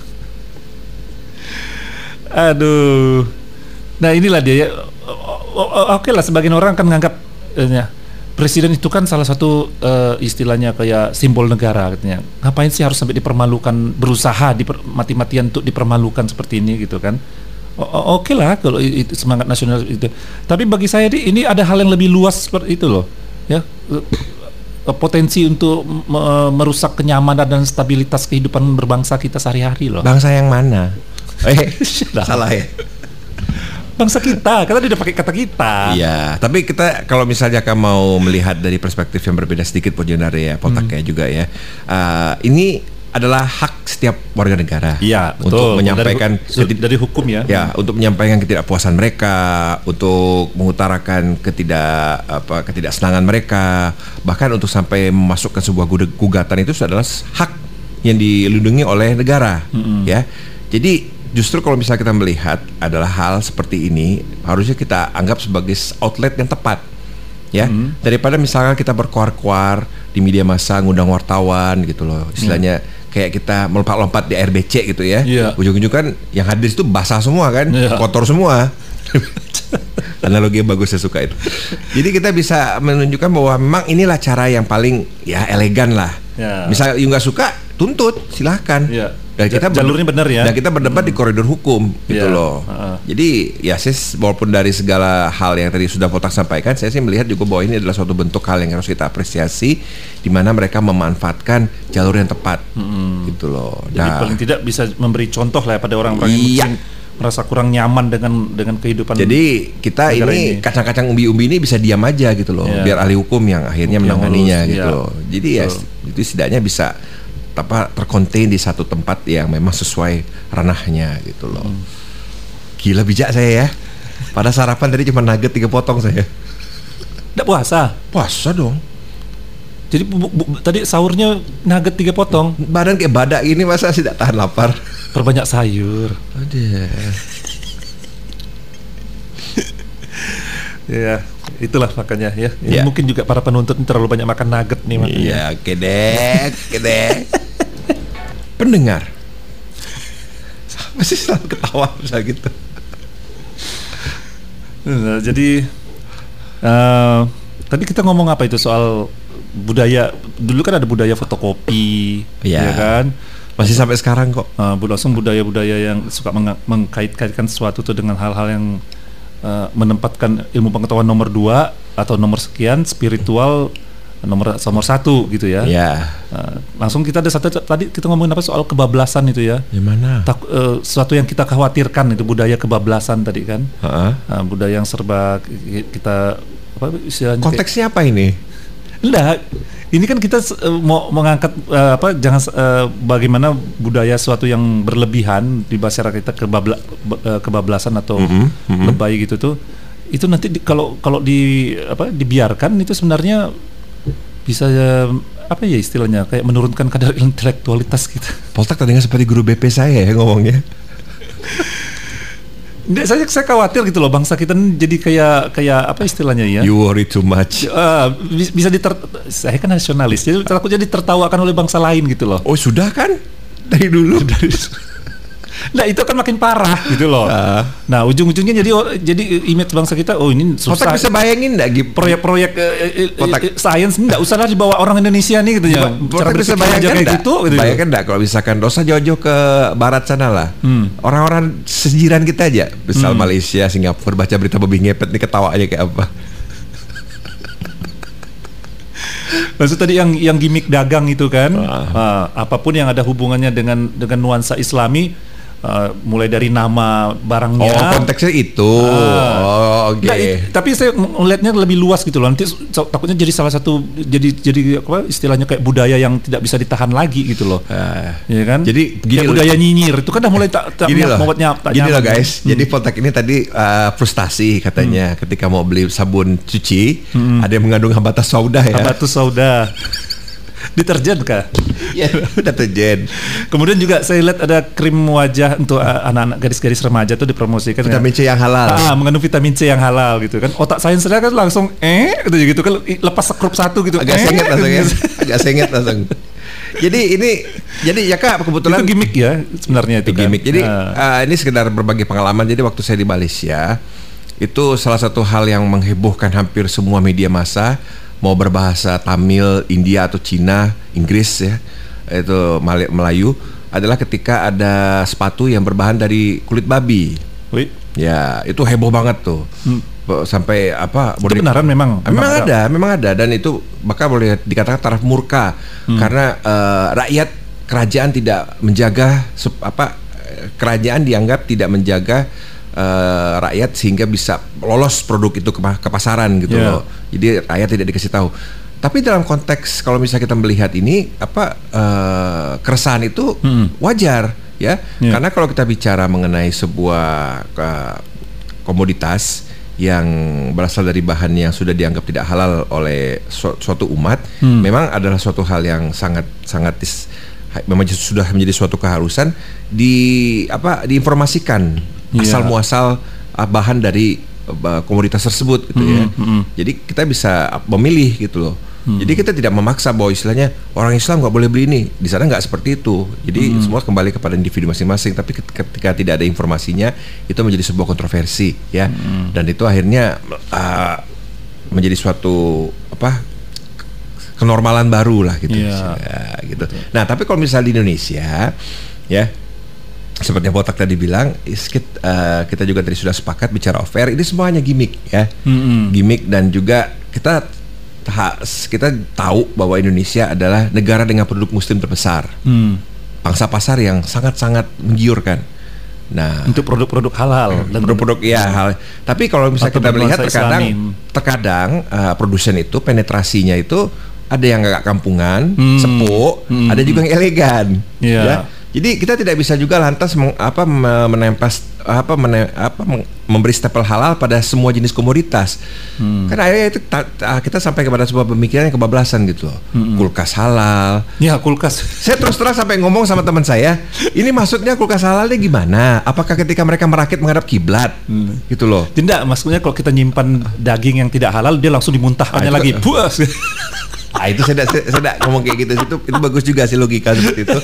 Aduh. Nah inilah dia. Oke lah, sebagian orang kan menganggap eh, presiden itu kan salah satu uh, istilahnya kayak simbol negara katanya. Ngapain sih harus sampai dipermalukan, berusaha diper, mati-matian untuk dipermalukan seperti ini gitu kan? O- Oke lah kalau itu semangat nasional itu. Tapi bagi saya ini ada hal yang lebih luas seperti itu loh, ya. Potensi untuk me- merusak kenyamanan dan stabilitas kehidupan berbangsa kita sehari-hari loh. Bangsa yang mana? Eh, salah ya. Bangsa kita, kita udah pakai kata kita. Iya, tapi kita kalau misalnya kamu mau melihat dari perspektif yang berbeda sedikit Pojonare ya, Potaknya hmm. juga ya. Uh, ini adalah hak setiap warga negara. Iya, betul. Untuk menyampaikan dari, dari hukum ya. Ya, untuk menyampaikan ketidakpuasan mereka, untuk mengutarakan ketidak apa ketidaksenangan mereka, bahkan untuk sampai memasukkan sebuah gugatan itu adalah hak yang dilindungi oleh negara, hmm. ya. Jadi justru kalau misalnya kita melihat adalah hal seperti ini harusnya kita anggap sebagai outlet yang tepat, ya, mm. daripada misalnya kita berkuar-kuar di media massa ngundang wartawan gitu loh, istilahnya mm. kayak kita melompat-lompat di R B C gitu ya, yeah. ujung-ujung kan yang hadir itu basah semua kan, yeah. kotor semua. Analogi yang bagus, saya suka itu. Jadi kita bisa menunjukkan bahwa memang inilah cara yang paling ya elegan lah. Yeah. Misalnya you nggak suka, tuntut, silahkan. Yeah. Dan kita jalurnya benar ya. Dan kita berdebat hmm. di koridor hukum gitu yeah. loh. Uh-uh. Jadi ya sis, walaupun dari segala hal yang tadi sudah Potak sampaikan, saya sih melihat juga bahwa ini adalah suatu bentuk hal yang harus kita apresiasi, di mana mereka memanfaatkan jalur yang tepat, hmm. gitu loh. Jadi nah, paling tidak bisa memberi contoh lah ya pada orang-orang iya. yang merasa kurang nyaman dengan dengan kehidupan. Jadi kita ini, ini kacang-kacang umbi-umbi ini bisa diam aja gitu loh, yeah. biar ahli hukum yang akhirnya hukum menanganinya yang gitu. Yeah. Loh. Jadi ya so. itu setidaknya bisa apa terkonten di satu tempat yang memang sesuai ranahnya gitu loh. Hmm. Gila bijak saya ya. Pada sarapan tadi cuma nugget tiga potong saya. Nggak puasa? Puasa dong. Jadi bu, bu, tadi sahurnya nugget tiga potong. Badan kayak badak ini masa tidak tahan lapar. Perbanyak sayur. Aduh. Ya, itulah makanya ya. ya. Mungkin juga para penuntut terlalu banyak makan nugget nih makanya. Iya, kedek, kedek. Pendengar, masih selalu ketawa misalnya gitu. Nah, jadi uh, tadi kita ngomong apa itu soal budaya. Dulu kan ada budaya fotokopi, ya, ya kan? Masih sampai sekarang kok. Uh, langsung budaya-budaya yang suka meng- mengkait-kaitkan sesuatu itu dengan hal-hal yang uh, menempatkan ilmu pengetahuan nomor dua atau nomor sekian, spiritual nomor nomor satu gitu ya. Ya. Uh, langsung kita ada satu tadi kita ngomongin apa soal kebablasan itu ya. Gimana? Tak, uh, sesuatu yang kita khawatirkan itu budaya kebablasan tadi kan. Uh-huh. Uh, budaya yang serba kita apa istilahnya. Konteksnya kayak, apa ini? Enggak. Ini kan kita uh, mau mengangkat uh, apa jangan uh, bagaimana budaya suatu yang berlebihan di masyarakat kita kebabla, uh, kebablasan atau mm-hmm, mm-hmm. lebay gitu tuh. Itu nanti di, kalau kalau di apa dibiarkan itu sebenarnya bisa uh, apa ya istilahnya kayak menurunkan kadar intelektualitas kita. Poltak terdengar seperti guru B P saya ya ngomongnya. Nggak, saya saya khawatir gitu loh bangsa kita jadi kayak kayak apa istilahnya ya? You worry too much. Uh, bisa diter saya kan nasionalis, jadi takutnya ditertawakan oleh bangsa lain gitu loh. Oh sudah kan dari dulu. Dari Nah itu kan makin parah gitu loh. Uh. Nah ujung-ujungnya jadi jadi image bangsa kita oh ini susah. Poltak bisa bayangin nggak gitu? Proyek-proyek eh, eh, sains nggak usah lah dibawa orang Indonesia nih gitu ya. Poltak bisa bayangkan kayak gitu, gitu. Bayangkan nggak kalau misalkan dosa jauh-jauh ke barat sana lah. Hmm. Orang-orang sejiran kita aja, misal hmm. Malaysia, Singapura baca berita babi ngepet nih ketawa aja kayak apa. Maksud tadi yang yang gimmick dagang itu kan, uh. Uh, apapun yang ada hubungannya dengan dengan nuansa Islami. Uh, mulai dari nama barangnya. Oh, konteksnya itu. Uh, oh, oke. Okay. Nah, tapi saya melihatnya lebih luas gitu loh. Nanti so, takutnya jadi salah satu jadi jadi apa istilahnya kayak budaya yang tidak bisa ditahan lagi gitu loh. Uh, ya kan? Jadi gini loh, budaya nyinyir itu kan udah mulai tak tak membuatnya tak gini loh guys. Hmm. Jadi Poltak ini tadi uh, frustasi katanya hmm. ketika mau beli sabun cuci hmm. ada yang mengandung habatus sauda ya. Habatus sauda. Deterjen kah? Ya, deterjen. Kemudian juga saya lihat ada krim wajah untuk uh, anak-anak gadis-gadis remaja tuh dipromosikan vitamin C yang halal. Ah, mengandung vitamin C yang halal gitu kan. Otak saya kan langsung eh gitu gitu kan lepas sekrup satu gitu. Agak eh, sengit langsung ya. Agak sengit langsung. Jadi ini jadi ya Kak kebetulan itu gimmick ya sebenarnya itu kan. Gimmick. Jadi ah. uh, ini sekedar berbagi pengalaman. Jadi waktu saya di Malaysia itu salah satu hal yang menghebohkan hampir semua media massa. Mau berbahasa Tamil, India atau Cina, Inggris ya, itu Melayu adalah ketika ada sepatu yang berbahan dari kulit babi. Wih. Ya, itu heboh banget tuh. Hmm. Sampai apa? Itu boleh, benaran memang. Memang, memang ada. ada, memang ada dan itu bahkan boleh dikatakan taraf murka hmm. karena uh, rakyat kerajaan tidak menjaga apa kerajaan dianggap tidak menjaga Uh, rakyat sehingga bisa lolos produk itu ke, ke pasaran gitu yeah. loh. Jadi rakyat tidak dikasih tahu. Tapi dalam konteks kalau misalnya kita melihat ini apa uh, keresahan itu hmm. wajar ya. Yeah. Karena kalau kita bicara mengenai sebuah uh, komoditas yang berasal dari bahan yang sudah dianggap tidak halal oleh su- suatu umat, hmm. memang adalah suatu hal yang sangat sangat dis, memang sudah menjadi suatu keharusan di apa diinformasikan asal yeah. muasal uh, bahan dari uh, komoditas tersebut gitu mm, ya. Mm. Jadi kita bisa memilih gitu loh. Mm. Jadi kita tidak memaksa bahwa istilahnya orang Islam nggak boleh beli ini. Di sana nggak seperti itu. Jadi mm. semua kembali kepada individu masing-masing. Tapi ketika tidak ada informasinya itu menjadi sebuah kontroversi ya. Mm. Dan itu akhirnya uh, menjadi suatu apa kenormalan baru lah gitu. Yeah. Ya, gitu. Nah tapi kalau misalnya di Indonesia ya. Seperti yang Poltak tadi bilang, uh, kita juga tadi sudah sepakat bicara off-air, ini semuanya gimmick ya, mm-hmm. gimmick dan juga kita kita tahu bahwa Indonesia adalah negara dengan penduduk Muslim terbesar, mm. pangsa pasar yang sangat-sangat menggiurkan. Nah, untuk produk-produk halal dan produk-produk ya hal. Tapi kalau misalnya kita melihat terkadang, terkadang uh, produsen itu penetrasinya itu ada yang agak kampungan, mm. sepuh, mm. ada juga yang elegan, yeah. ya. Jadi kita tidak bisa juga lantas meng, apa menempel apa, mene, apa memberi stempel halal pada semua jenis komoditas. Hmm. Karena akhirnya itu ta, ta, kita sampai kepada sebuah pemikiran yang kebablasan gitu loh. Hmm. Kulkas halal. Ya kulkas. Saya terus terang sampai ngomong sama teman saya, ini maksudnya kulkas halalnya gimana? Apakah ketika mereka merakit menghadap kiblat? Hmm. Gitu loh. Tidak, maksudnya kalau kita nyimpan daging yang tidak halal dia langsung dimuntahkannya ah, lagi. Puas. Ah itu saya tidak ngomong kayak gitu itu itu bagus juga sih logika seperti itu.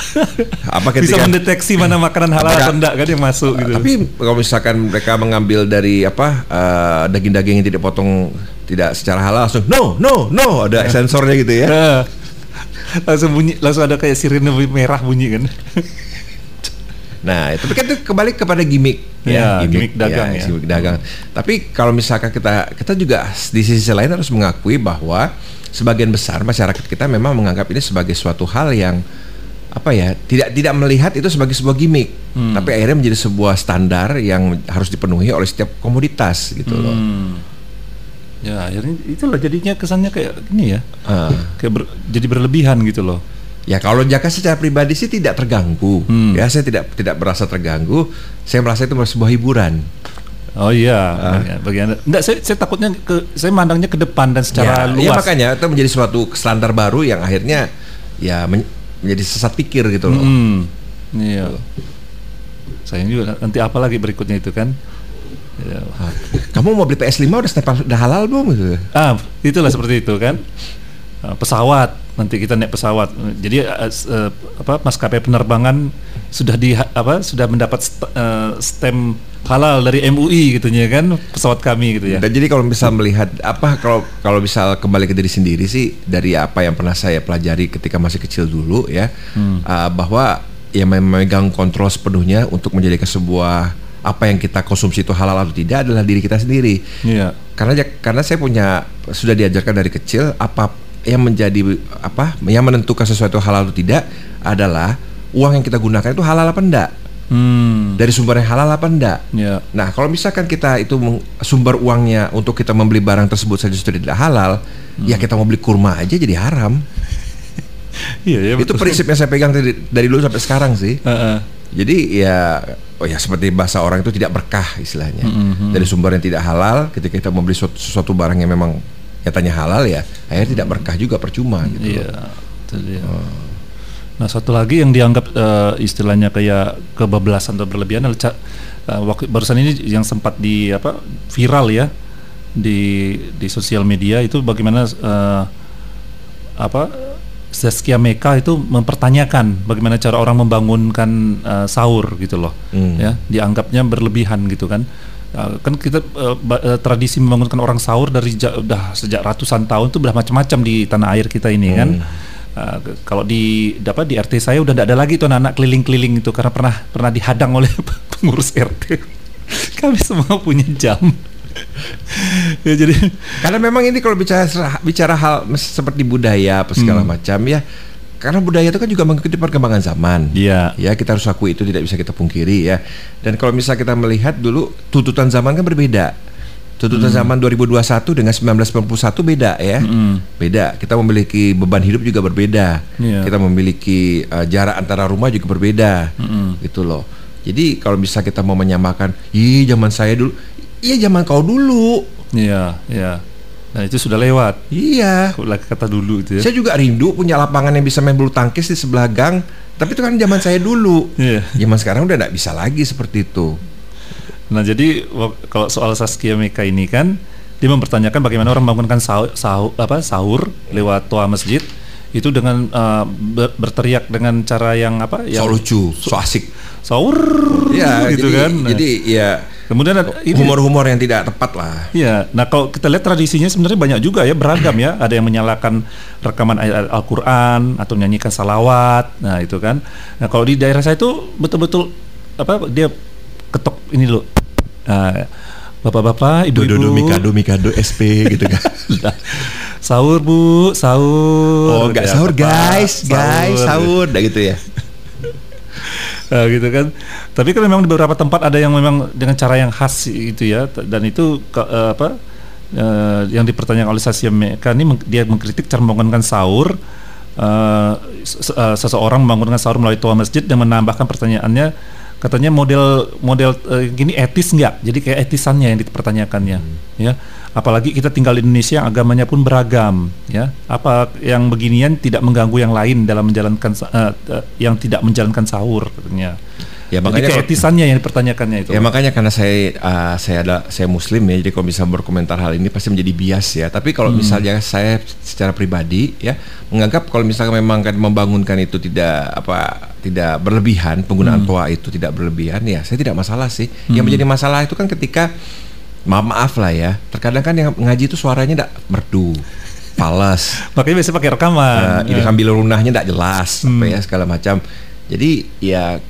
Apa ketika bisa mendeteksi mana makanan halal atau enggak kan yang masuk gitu. Tapi kalau misalkan mereka mengambil dari apa uh, daging-daging yang tidak potong tidak secara halal langsung no no no ada sensornya gitu ya. Langsung bunyi langsung ada kayak sirine merah bunyi kan. Nah, itu kan itu kembali kepada gimmick ya, ya, gimmick dagang ya. Gimmick dagang. Tapi kalau misalkan kita kita juga di sisi lain harus mengakui bahwa sebagian besar masyarakat kita memang menganggap ini sebagai suatu hal yang apa ya, tidak tidak melihat itu sebagai sebuah gimmick, hmm. tapi akhirnya menjadi sebuah standar yang harus dipenuhi oleh setiap komoditas gitu loh. Hmm. Ya, akhirnya itulah jadinya kesannya kayak gini ya. Uh. Kayak ber, jadi berlebihan gitu loh. Ya kalau Jaka secara pribadi sih tidak terganggu, hmm. ya saya tidak tidak merasa terganggu, saya merasa itu sebuah hiburan. Oh iya, uh. bagian. Enggak, saya, saya takutnya ke, saya mandangnya ke depan dan secara ya, luas. Ya makanya itu menjadi suatu standar baru yang akhirnya ya men, menjadi sesat pikir gitu loh. Hmm. Iya. Sayang juga nanti apa lagi berikutnya itu kan? Ya. Kamu mau beli P S lima udah step udah halal belum gitu? Ah, itulah seperti itu kan. Uh, pesawat, nanti kita naik pesawat. Jadi uh, uh, apa maskapai penerbangan sudah di apa sudah mendapat st- uh, stem halal dari M U I gitu ya kan, pesawat kami gitu ya. Dan jadi kalau bisa melihat apa kalau kalau bisa kembali ke diri sendiri sih, dari apa yang pernah saya pelajari ketika masih kecil dulu ya, hmm. uh, bahwa yang memegang kontrol sepenuhnya untuk menjadikan sebuah apa yang kita konsumsi itu halal atau tidak adalah diri kita sendiri. Iya. Karena karena saya punya sudah diajarkan dari kecil apa yang menjadi apa yang menentukan sesuatu halal atau tidak adalah uang yang kita gunakan itu halal apa enggak, hmm. dari sumber yang halal apa enggak. Yeah. Nah kalau misalkan kita itu sumber uangnya untuk kita membeli barang tersebut saja sudah tidak halal, hmm. ya kita mau beli kurma aja jadi haram. Iya, ya, itu prinsip yang saya pegang dari, dari dulu sampai sekarang sih. Uh-uh. Jadi ya oh ya seperti bahasa orang itu tidak berkah istilahnya, mm-hmm. dari sumber yang tidak halal. Ketika kita membeli sesuatu, sesuatu barang yang memang nyatanya halal ya akhirnya tidak berkah juga, percuma gitu. Iya, itu dia. Oh. Nah satu lagi yang dianggap uh, istilahnya kayak kebablasan atau berlebihan adalah uh, waktu barusan ini yang sempat di apa viral ya di di sosial media itu bagaimana uh, apa Zaskia Meka itu mempertanyakan bagaimana cara orang membangunkan uh, sahur gitu loh, hmm. ya dianggapnya berlebihan gitu kan. Uh, kan kita uh, uh, tradisi membangunkan orang sahur dari ja, udah sejak ratusan tahun itu udah macam-macam di tanah air kita ini hmm. kan. Uh, kalau di dapat di R T saya udah tidak ada lagi tuh anak-anak keliling-keliling itu karena pernah pernah dihadang oleh pengurus R T. Kami semua punya jam. Ya jadi karena memang ini kalau bicara bicara hal seperti budaya apa segala hmm. macam ya. Karena budaya itu kan juga mengikuti perkembangan zaman. Iya. Ya, kita harus akui itu tidak bisa kita pungkiri ya. Dan kalau misalnya kita melihat dulu tuntutan zaman kan berbeda. Tuntutan hmm. zaman dua ribu dua puluh satu dengan seribu sembilan ratus sembilan puluh satu beda ya. Hmm. Beda. Kita memiliki beban hidup juga berbeda. Yeah. Kita memiliki uh, jarak antara rumah juga berbeda. Hmm. Gitu loh. Jadi kalau bisa kita mau menyamakan, ih zaman saya dulu, iya zaman kau dulu. Iya, iya. Nah itu sudah lewat. Iya. Lagi kata dulu itu ya. Saya juga rindu punya lapangan yang bisa main bulu tangkis di sebelah gang. Tapi itu kan zaman saya dulu. Iya. Zaman sekarang udah nggak bisa lagi seperti itu. Nah jadi kalau soal Zaskia Meka ini kan dia mempertanyakan bagaimana orang membangunkan sahur, sahur, apa, sahur lewat toa masjid itu dengan uh, ber, berteriak dengan cara yang apa? So lucu, so asik. Sahur. Ya gitu jadi, kan. Nah. Jadi ya. Kemudian ada humor-humor yang tidak tepat lah. Iya. Nah kalau kita lihat tradisinya sebenarnya banyak juga ya, beragam ya. Ada yang menyalakan rekaman ayat Al-Quran atau menyanyikan salawat. Nah itu kan. Nah kalau di daerah saya itu betul-betul apa dia ketok ini loh. Nah, bapak-bapak, ibu-ibu. Dodo Mikado Mikado S P gitu kan. Sahur bu, sahur. Oh nggak ya, sahur guys, sahur. guys sahur, dah gitu ya. Nah, gitu kan. Tapi kan memang di beberapa tempat ada yang memang dengan cara yang khas itu ya, dan itu ke, uh, apa uh, yang dipertanyakan oleh Zaskia Meka ini meng, dia mengkritik cara membangunkan sahur uh, uh, seseorang membangunkan sahur melalui toa masjid dan menambahkan pertanyaannya katanya model model uh, gini etis nggak? Jadi kayak etisannya yang dipertanyakannya, hmm. ya. Apalagi kita tinggal di Indonesia yang agamanya pun beragam, ya. Apa yang beginian tidak mengganggu yang lain dalam menjalankan uh, uh, yang tidak menjalankan sahur katanya. Ya makanya jadi keetisannya yang dipertanyakannya itu. Ya makanya karena saya uh, saya ada saya Muslim ya, jadi kalau bisa berkomentar hal ini pasti menjadi bias ya. Tapi kalau hmm. misalnya saya secara pribadi ya menganggap kalau misalnya memang kan membangunkan itu tidak apa tidak berlebihan, penggunaan hmm. toa itu tidak berlebihan ya, saya tidak masalah sih. Hmm. Yang menjadi masalah itu kan ketika maaf maaf lah ya, terkadang kan yang ngaji itu suaranya tidak merdu, fales. Makanya biasanya pakai rekaman. Uh, ini sambil lunahnya tidak jelas, hmm. apa ya segala macam. Jadi ya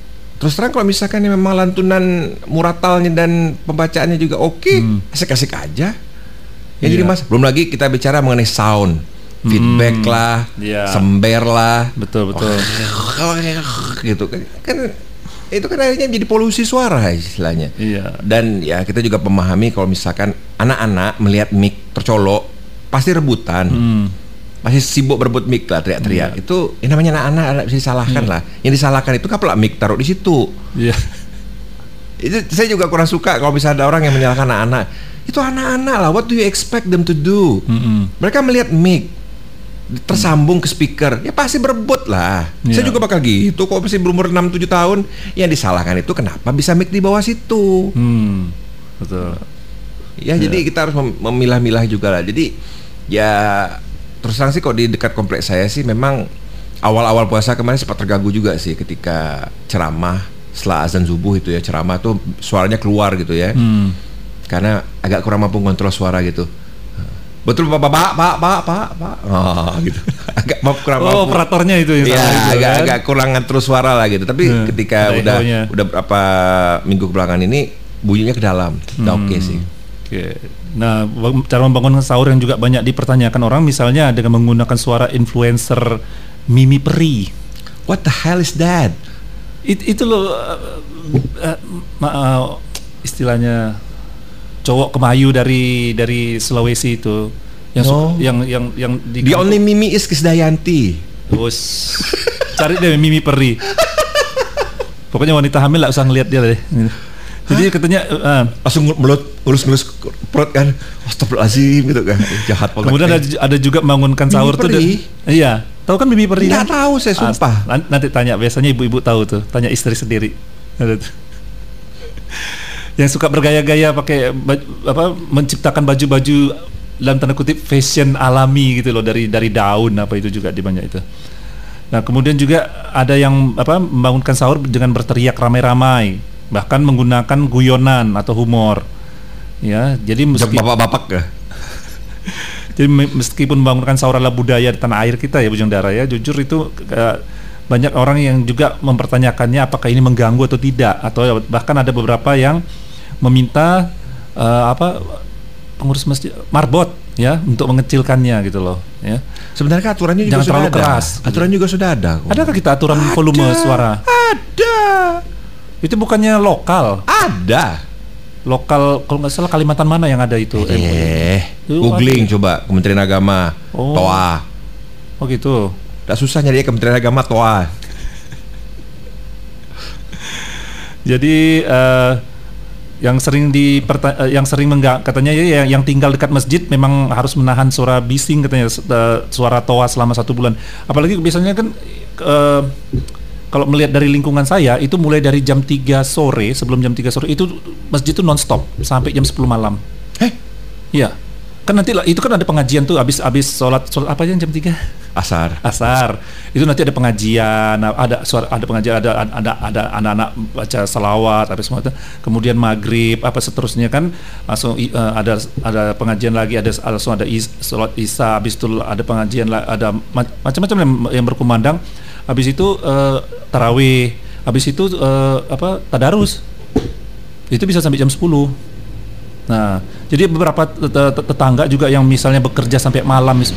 terus terang kalau misalkan yang memang lantunan muratalnya dan pembacaannya juga oke, okay, hmm. asik-asik aja. Yang yeah. jadi mas, belum lagi kita bicara mengenai sound, feedback hmm. lah, yeah. sember lah, betul betul, gitu kan, kan itu kan akhirnya jadi polusi suara istilahnya. Yeah. Dan ya kita juga memahami kalau misalkan anak-anak melihat mic tercolok pasti rebutan. Hmm. Masih sibuk berebut mic lah, teriak-teriak. Yeah. Itu yang namanya anak-anak anak bisa disalahkan yeah. lah. Yang disalahkan itu kapal mic taruh di situ. Iya. Yeah. Itu saya juga kurang suka kalau misalnya ada orang yang menyalahkan anak-anak. Itu anak-anak lah. What do you expect them to do? Mm-hmm. Mereka melihat mic tersambung ke speaker, ya pasti berebut lah. Yeah. Saya juga bakal gitu. Kok masih berumur enam tujuh tahun, yang disalahkan itu kenapa bisa mic di bawah situ? Hmm. Betul. Ya yeah. jadi kita harus memilah-milah juga lah. Jadi ya terus terang sih kok di dekat kompleks saya sih memang awal-awal puasa kemarin sempat terganggu juga sih ketika ceramah setelah azan subuh itu ya, ceramah tuh suaranya keluar gitu ya. Hmm. Karena agak kurang mampu kontrol suara gitu. Betul Pak, Pak, Pak, Pak, Pak, Pak. Oh, gitu. Agak kurang mampu. Oh, operatornya itu yang ya, salah itu, agak kan? agak kurang ngatur suara lah gitu. Tapi hmm, ketika udah ehonya. udah berapa minggu kebelakangan ini bunyinya ke dalam. Udah hmm. oke okay sih. Oke. Okay. Nah, cara membangun sahur yang juga banyak dipertanyakan orang, misalnya dengan menggunakan suara influencer Mimi Peri. What the hell is that? It, itu loh, uh, uh, uh, istilahnya cowok kemayu dari dari Sulawesi itu, yang no. yang yang yang di The only Mimi is Krisdayanti. Bos, cari deh Mimi Peri. Pokoknya wanita hamil lah usah ngeliat dia deh. Jadi Hah? katanya uh, langsung melut ngelus-ngelus perut kan, astagfirullahaladzim gitu kan, jahat banget. Kemudian ada, ada juga membangunkan sahur tuh. De- iya, tahu kan Mimi Peri? Nggak tahu saya sumpah. Ah, nanti tanya, biasanya ibu-ibu tahu tuh, tanya istri sendiri. Yang suka bergaya-gaya pakai baju, apa, menciptakan baju-baju dalam tanda kutip fashion alami gitu loh, dari dari daun apa itu juga di banyak itu. Nah kemudian juga ada yang apa membangunkan sahur dengan berteriak ramai-ramai, bahkan menggunakan guyonan atau humor, ya. Jadi meski bapak-bapak ya. Jadi meskipun membangunkan sahur ala budaya di tanah air kita ya Bujang Dara ya, jujur itu uh, banyak orang yang juga mempertanyakannya apakah ini mengganggu atau tidak, atau bahkan ada beberapa yang meminta uh, apa pengurus masjid marbot ya untuk mengecilkannya gitu loh ya. Sebenarnya aturannya juga jangan sudah terlalu ada. keras. Aturan gitu. juga sudah ada. Kok. Adakah kita aturan ada, volume suara? Ada. Itu bukannya lokal? Ada. Lokal kalau nggak salah Kalimantan mana yang ada itu? Eh, googling ada. Coba Kementerian Agama, oh. T O A. Oh gitu. Tak susah nyari Kementerian Agama T O A. Jadi uh, yang sering di uh, yang sering mengga- katanya ya yang, yang tinggal dekat masjid memang harus menahan suara bising katanya, uh, suara toa selama satu bulan. Apalagi biasanya kan uh, kalau melihat dari lingkungan saya itu mulai dari jam tiga sore, sebelum jam tiga sore itu masjid itu non-stop sampai jam sepuluh malam. Eh? Iya. Kan nanti itu kan ada pengajian tuh habis habis sholat sholat apa aja jam tiga? Asar. Asar. Itu nanti ada pengajian, ada suara ada pengajian, ada ada ada anak-anak baca selawat apa semua itu. Kemudian maghrib apa seterusnya kan langsung uh, ada ada pengajian lagi, ada langsung ada is, sholat isya, habis itu ada pengajian, ada macam-macam yang, yang berkumandang. Habis itu uh, tarawih, habis itu uh, apa tadarus. Itu bisa sampai jam sepuluh. Nah, jadi beberapa tetangga juga yang misalnya bekerja sampai malam. Mis-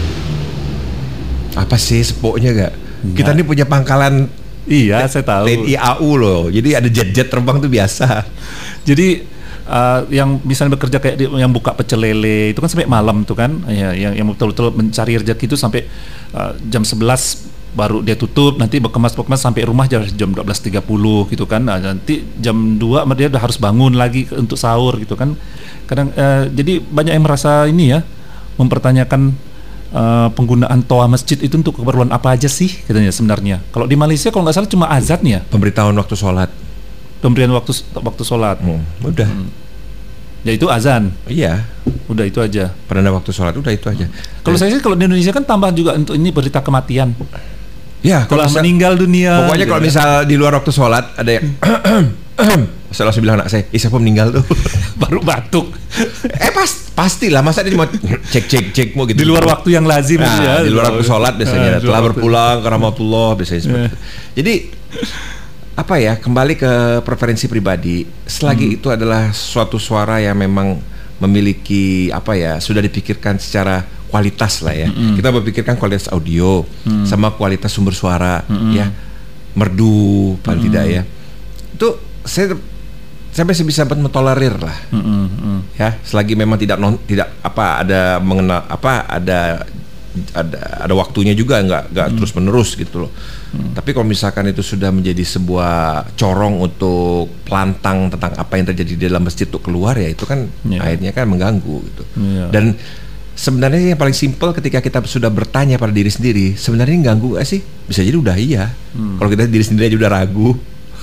Apa sih sepoknya gak? Enggak. Kita ini punya pangkalan. Iya, saya tahu. T N I A U loh. Jadi ada jet-jet terbang tuh biasa. Jadi uh, yang misalnya bekerja kayak di, yang buka pecel lele itu kan sampai malam tuh kan. Ya, yang yang betul-betul mencari rezeki itu sampai uh, jam sebelas baru dia tutup, nanti berkemas-berkemas sampai rumah jam dua belas tiga puluh gitu kan. Nah, nanti jam dua dia udah harus bangun lagi untuk sahur gitu kan. Kadang uh, jadi banyak yang merasa ini ya, mempertanyakan uh, penggunaan toa masjid itu untuk keperluan apa aja sih katanya sebenarnya. Kalau di Malaysia kalau nggak salah cuma azan ya. Pemberitahuan waktu sholat. Pemberian waktu waktu sholat. Hmm, udah. Hmm. Ya itu azan. Iya. Udah itu aja. Penanda waktu sholat udah itu aja. Kalau saya sih kalau di Indonesia kan tambah juga untuk ini berita kematian. Ya, kalau misal, meninggal dunia. Pokoknya kalau misal di luar waktu sholat ada yang saya langsung bilang anak saya, "Ih, siapa meninggal tuh?" Baru batuk. eh pas pastilah, masa dia mau cek cek cek mau gitu. Di luar waktu yang lazim nah, ya. Di luar waktu sholat biasanya, nah, telah berpulang ke rahmatullah biasanya seperti yeah. itu. Jadi apa ya, kembali ke preferensi pribadi. Selagi Hmm. itu adalah suatu suara yang memang memiliki apa ya, sudah dipikirkan secara kualitas lah ya. Hmm. Kita berpikirkan kualitas audio Hmm. sama kualitas sumber suara Hmm. ya, merdu paling Hmm. tidak ya. Itu saya saya masih bisa mentolerir lah. Mm-mm, mm. Ya, selagi memang tidak non tidak apa ada mengenal apa ada ada ada waktunya juga, nggak nggak Hmm. terus menerus gitu loh. Hmm. Tapi kalau misalkan itu sudah menjadi sebuah corong untuk pelantang tentang apa yang terjadi di dalam masjid itu keluar, ya itu kan Yeah. akhirnya kan mengganggu gitu. Yeah. Dan sebenarnya yang paling simpel ketika kita sudah bertanya pada diri sendiri, sebenarnya ini ganggu gak sih? Bisa jadi udah iya. Hmm. Kalau kita diri sendiri aja udah ragu,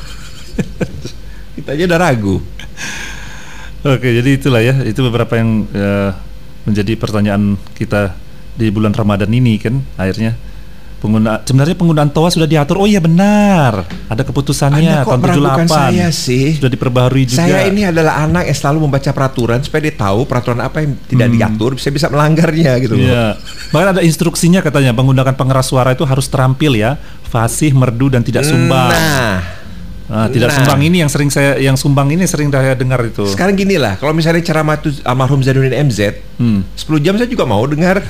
kita aja udah ragu. Oke, jadi itulah ya, itu beberapa yang eh, menjadi pertanyaan kita di bulan Ramadan ini kan, akhirnya pengguna sebenarnya penggunaan toa sudah diatur. Oh iya benar, ada keputusannya Anda kok tahun tujuh puluh meragukan delapan. saya sih? Sudah diperbaharui juga. Saya ini adalah anak yang selalu membaca peraturan supaya dia tahu peraturan apa yang tidak Hmm. diatur, bisa bisa melanggarnya gitu loh. Iya. Bahkan ada instruksinya katanya menggunakan pengeras suara itu harus terampil ya, fasih, merdu dan tidak sumbang. Nah, Nah, tidak Nah. sumbang ini yang sering saya yang sumbang ini sering saya dengar itu. sekarang gini lah, kalau misalnya ceramah itu almarhum Zainuddin M Z, Hmm. sepuluh jam saya juga mau dengar.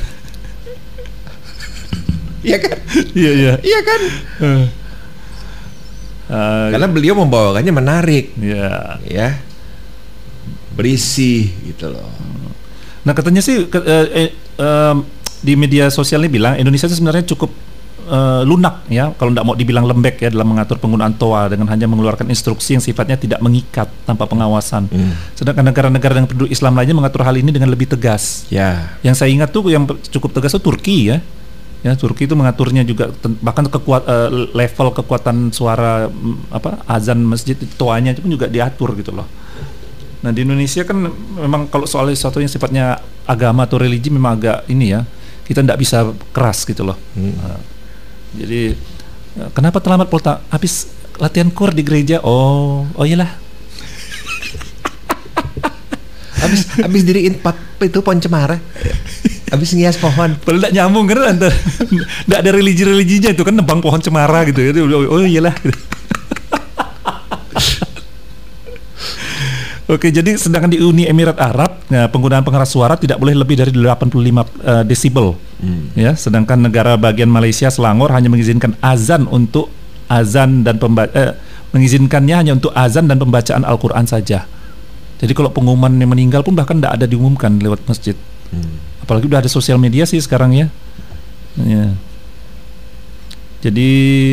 Iya kan? Iya iya. Iya kan? Eh. Eh, Karena beliau membawakannya menarik, ya. ya, berisi gitu loh. Nah katanya sih ke- eh, eh, em, di media sosial ini bilang Indonesia itu sebenarnya cukup eh, lunak ya, kalau tidak mau dibilang lembek ya dalam mengatur penggunaan toa dengan hanya mengeluarkan instruksi yang sifatnya tidak mengikat tanpa pengawasan. Hmm. Sedangkan negara-negara yang penduduk Islam lainnya mengatur hal ini dengan lebih tegas. Ya, Yang saya ingat tuh yang cukup tegas itu Turki ya. Ya, Turki itu mengaturnya juga ten- bahkan kekuat eh, level kekuatan suara mm, apa azan masjid itu toanya itu pun juga diatur gitu loh. Nah, di Indonesia kan memang kalau soal sesuatu yang sifatnya agama atau religi memang agak ini ya. Kita tidak bisa keras gitu loh. Hmm. Nah, jadi eh, kenapa terlambat Polta? Habis latihan kor di gereja. Oh, oh iyalah. habis habis diriin empat itu pohon cemara, habis ngias pohon. Padahal tidak nyambung kan antara tidak ada religi-religinya itu kan nebang pohon cemara gitu ya. Oh iyalah. Oke, jadi sedangkan di Uni Emirat Arab, nah, penggunaan pengeras suara tidak boleh lebih dari delapan puluh lima uh, desibel. Hmm. Ya, sedangkan negara bagian Malaysia Selangor hanya mengizinkan azan untuk azan dan pemba- eh, mengizinkannya hanya untuk azan dan pembacaan Al-Qur'an saja. Jadi kalau pengumuman yang meninggal pun bahkan tidak ada diumumkan lewat masjid. Hmm. Apalagi udah ada sosial media sih sekarang ya. Ya. Jadi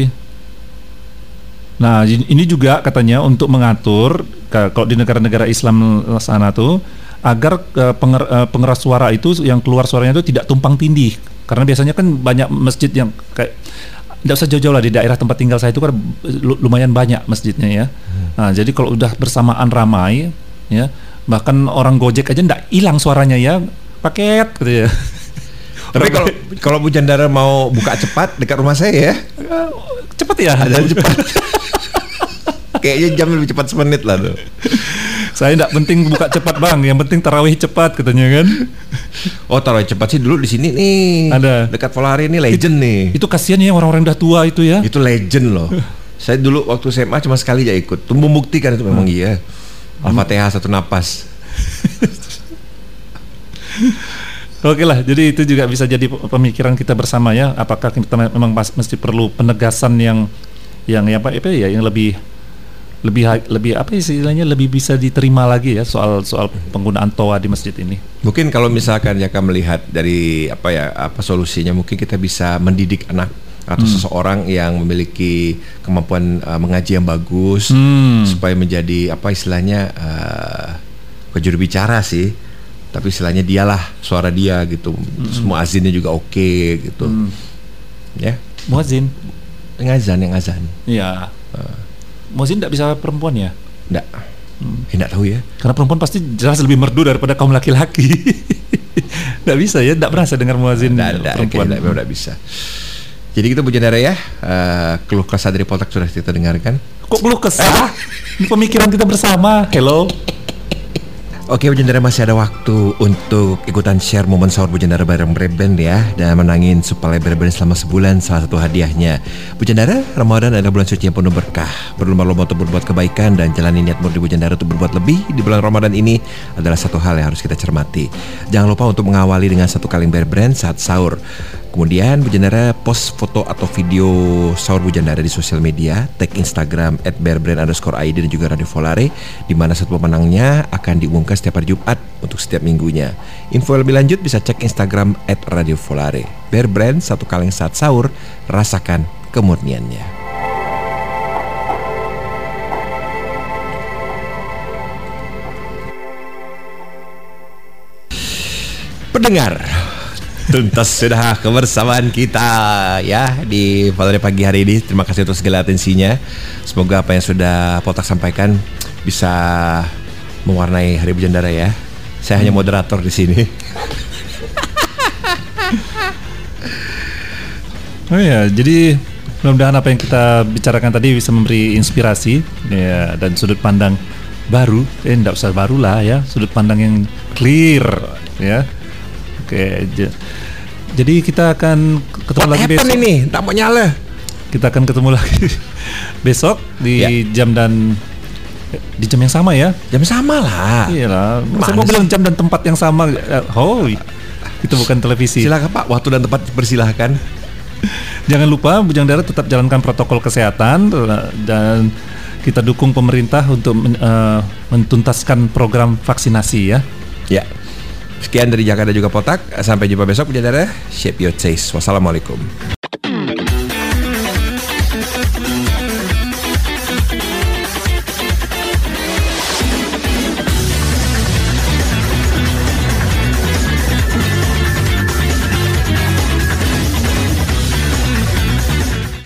nah ini juga katanya untuk mengatur ke- kalau di negara-negara Islam sana tuh agar eh, penger, eh, pengeras suara itu yang keluar suaranya itu tidak tumpang tindih, karena biasanya kan banyak masjid yang kayak tidak usah jauh-jauh lah, di daerah tempat tinggal saya itu kan lu- lumayan banyak masjidnya ya. Nah jadi kalau udah bersamaan ramai ya, bahkan orang Gojek aja tidak hilang suaranya ya, paket gitu ya. Tapi kalau kalau Bu Jandara mau buka cepat dekat rumah saya ya, Cepet ya. ada cepat. Kayaknya jam lebih cepat semenit lah tuh. Saya tidak penting buka cepat bang, yang penting tarawih cepat katanya kan. Oh, taruh cepat sih dulu di sini nih. Ada. Dekat Volare ini legend nih. Itu kasihan ya orang-orang udah tua itu ya. Itu legend loh. Saya dulu waktu S M A cuma sekali aja ikut. Tuh membuktikan itu memang iya. Al-Fatihah satu napas. Oke lah, jadi itu juga bisa jadi pemikiran kita bersama ya. Apakah kita memang pas- mesti perlu penegasan yang yang ya apa apa ya yang lebih lebih lebih apa istilahnya lebih bisa diterima lagi ya soal soal penggunaan toa di masjid ini. Mungkin kalau misalkan ya kan melihat dari apa ya apa solusinya, mungkin kita bisa mendidik anak atau Hmm. seseorang yang memiliki kemampuan uh, mengaji yang bagus Hmm. supaya menjadi apa istilahnya uh, bukan juru bicara sih, tapi istilahnya dialah suara dia gitu. Semua azinnya juga oke gitu. Hmm. Ya, Muazin. yang azan yang azan. Iya. Muazin tidak bisa perempuan ya? Enggak. Hmm. Enggak tahu ya. Karena perempuan pasti jelas lebih merdu daripada kaum laki-laki. Tidak bisa ya, tidak berasa dengar muazin Enggak, perempuan. enggak, enggak bisa. Jadi gitu Bu Jandara ya, uh, keluh kesah dari Poltek sudah kita dengarkan. Kok belum kesah? Ini pemikiran kita bersama. Hello. Oke, Bu Jandara, masih ada waktu untuk ikutan share momen sahur Bu Jandara bareng Breben ya, dan menangin supaya Breben selama sebulan. Salah satu hadiahnya, Bu Jandara, Ramadan adalah bulan suci yang penuh berkah. Berlomba-lomba untuk berbuat kebaikan dan jalani niat murni Bu Jandara untuk berbuat lebih di bulan Ramadan ini adalah satu hal yang harus kita cermati. Jangan lupa untuk mengawali dengan satu kaleng Breben saat sahur. Kemudian Bu Jandara post foto atau video sahur Bu Jandara di sosial media, tag Instagram at bearbrand underscore id dan juga Radio Volare, di mana satu pemenangnya akan diumumkan setiap hari Jumat untuk setiap minggunya. Info lebih lanjut bisa cek Instagram at Radio Volare. Bearbrand, satu kaleng saat sahur, rasakan kemurniannya. Pendengar, tuntas sudah kebersamaan kita ya di Volare pagi hari ini. Terima kasih untuk segala atensinya. Semoga apa yang sudah Potak sampaikan bisa mewarnai hari Bu Jandara ya. Saya hmm. hanya moderator di sini. Oh ya, jadi mudah-mudahan apa yang kita bicarakan tadi bisa memberi inspirasi ya, dan sudut pandang baru. Eh, enggak usah baru lah ya, sudut pandang yang clear ya. Oke, j- jadi kita akan ketemu What lagi besok. ini? Tak mau nyala. Kita akan ketemu lagi besok di ya. jam dan di jam yang sama ya. Jam sama lah. Iyalah. Saya mau bilang jam dan tempat yang sama. Oh, itu bukan televisi. Silakan Pak, waktu dan tempat persilahkan. Jangan lupa Bu Jandara tetap jalankan protokol kesehatan dan kita dukung pemerintah untuk men, uh, mentuntaskan program vaksinasi ya. Ya. Sekian dari Jakarta juga Potak. Sampai jumpa besok Bu Jandara. Shape your taste. Wassalamualaikum.